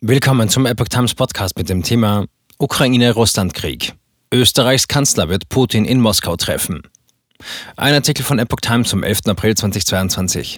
Willkommen zum Epoch Times Podcast mit dem Thema Ukraine-Russland-Krieg. Österreichs Kanzler wird Putin in Moskau treffen. Ein Artikel von Epoch Times vom 11. April 2022.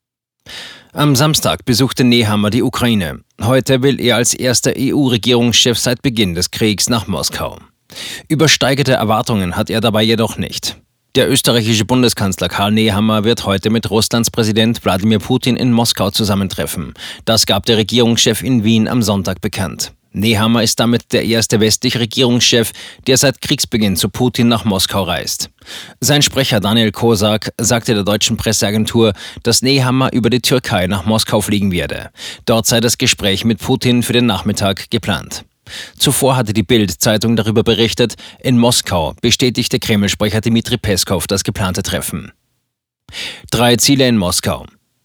Am Samstag besuchte Nehammer die Ukraine. Heute will er als erster EU-Regierungschef seit Beginn des Kriegs nach Moskau. Übersteigerte Erwartungen hat er dabei jedoch nicht. Der österreichische Bundeskanzler Karl Nehammer wird heute mit Russlands Präsident Wladimir Putin in Moskau zusammentreffen. Das gab der Regierungschef in Wien am Sonntag bekannt. Nehammer ist damit der erste westliche Regierungschef, der seit Kriegsbeginn zu Putin nach Moskau reist. Sein Sprecher Daniel Kozak sagte der deutschen Presseagentur, dass Nehammer über die Türkei nach Moskau fliegen werde. Dort sei das Gespräch mit Putin für den Nachmittag geplant. Zuvor hatte die Bild-Zeitung darüber berichtet, in Moskau bestätigte Kreml-Sprecher Dmitri Peskow das geplante Treffen. 3 Ziele in Moskau.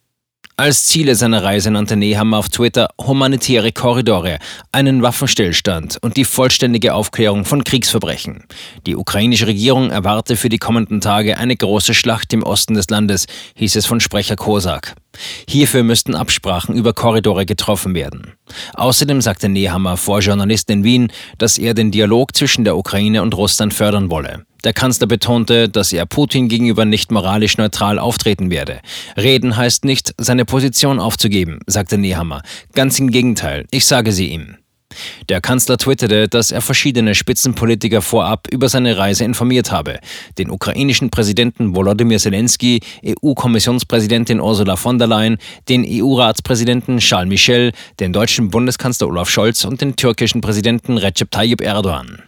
Als Ziele seiner Reise nannte Nehammer auf Twitter humanitäre Korridore, einen Waffenstillstand und die vollständige Aufklärung von Kriegsverbrechen. Die ukrainische Regierung erwarte für die kommenden Tage eine große Schlacht im Osten des Landes, hieß es von Sprecher Kozak. Hierfür müssten Absprachen über Korridore getroffen werden. Außerdem sagte Nehammer vor Journalisten in Wien, dass er den Dialog zwischen der Ukraine und Russland fördern wolle. Der Kanzler betonte, dass er Putin gegenüber nicht moralisch neutral auftreten werde. Reden heißt nicht, seine Position aufzugeben, sagte Nehammer. Ganz im Gegenteil, ich sage sie ihm. Der Kanzler twitterte, dass er verschiedene Spitzenpolitiker vorab über seine Reise informiert habe. Den ukrainischen Präsidenten Volodymyr Zelensky, EU-Kommissionspräsidentin Ursula von der Leyen, den EU-Ratspräsidenten Charles Michel, den deutschen Bundeskanzler Olaf Scholz und den türkischen Präsidenten Recep Tayyip Erdogan.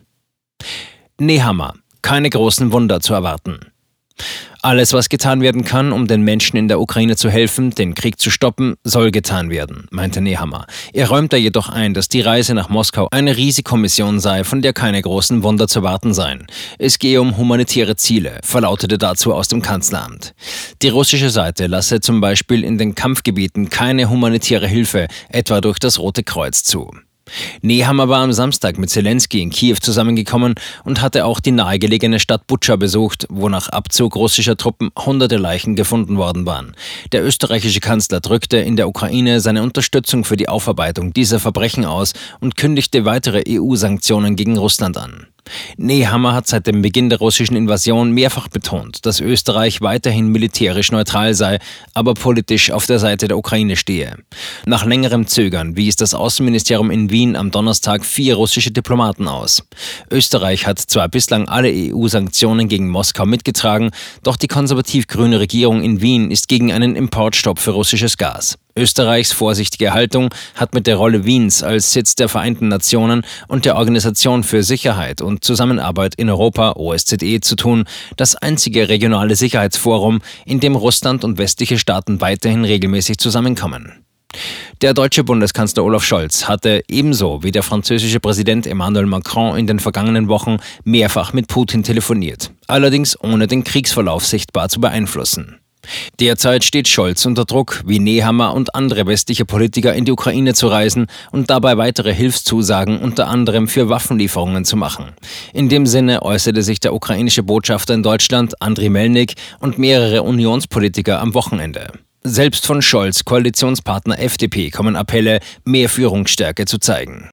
Nehammer: Keine großen Wunder zu erwarten. Alles, was getan werden kann, um den Menschen in der Ukraine zu helfen, den Krieg zu stoppen, soll getan werden, meinte Nehammer. Er räumte jedoch ein, dass die Reise nach Moskau eine Risikomission sei, von der keine großen Wunder zu erwarten seien. Es gehe um humanitäre Ziele, verlautete dazu aus dem Kanzleramt. Die russische Seite lasse zum Beispiel in den Kampfgebieten keine humanitäre Hilfe, etwa durch das Rote Kreuz, zu. Nehammer war am Samstag mit Zelensky in Kiew zusammengekommen und hatte auch die nahegelegene Stadt Butscha besucht, wo nach Abzug russischer Truppen hunderte Leichen gefunden worden waren. Der österreichische Kanzler drückte in der Ukraine seine Unterstützung für die Aufarbeitung dieser Verbrechen aus und kündigte weitere EU-Sanktionen gegen Russland an. Nehammer hat seit dem Beginn der russischen Invasion mehrfach betont, dass Österreich weiterhin militärisch neutral sei, aber politisch auf der Seite der Ukraine stehe. Nach längerem Zögern wies das Außenministerium in Wien am Donnerstag 4 russische Diplomaten aus. Österreich hat zwar bislang alle EU-Sanktionen gegen Moskau mitgetragen, doch die konservativ-grüne Regierung in Wien ist gegen einen Importstopp für russisches Gas. Österreichs vorsichtige Haltung hat mit der Rolle Wiens als Sitz der Vereinten Nationen und der Organisation für Sicherheit und Zusammenarbeit in Europa, OSZE, zu tun, das einzige regionale Sicherheitsforum, in dem Russland und westliche Staaten weiterhin regelmäßig zusammenkommen. Der deutsche Bundeskanzler Olaf Scholz hatte ebenso wie der französische Präsident Emmanuel Macron in den vergangenen Wochen mehrfach mit Putin telefoniert, allerdings ohne den Kriegsverlauf sichtbar zu beeinflussen. Derzeit steht Scholz unter Druck, wie Nehammer und andere westliche Politiker in die Ukraine zu reisen und dabei weitere Hilfszusagen unter anderem für Waffenlieferungen zu machen. In dem Sinne äußerte sich der ukrainische Botschafter in Deutschland, Andriy Melnik, und mehrere Unionspolitiker am Wochenende. Selbst von Scholz' Koalitionspartner FDP kommen Appelle, mehr Führungsstärke zu zeigen.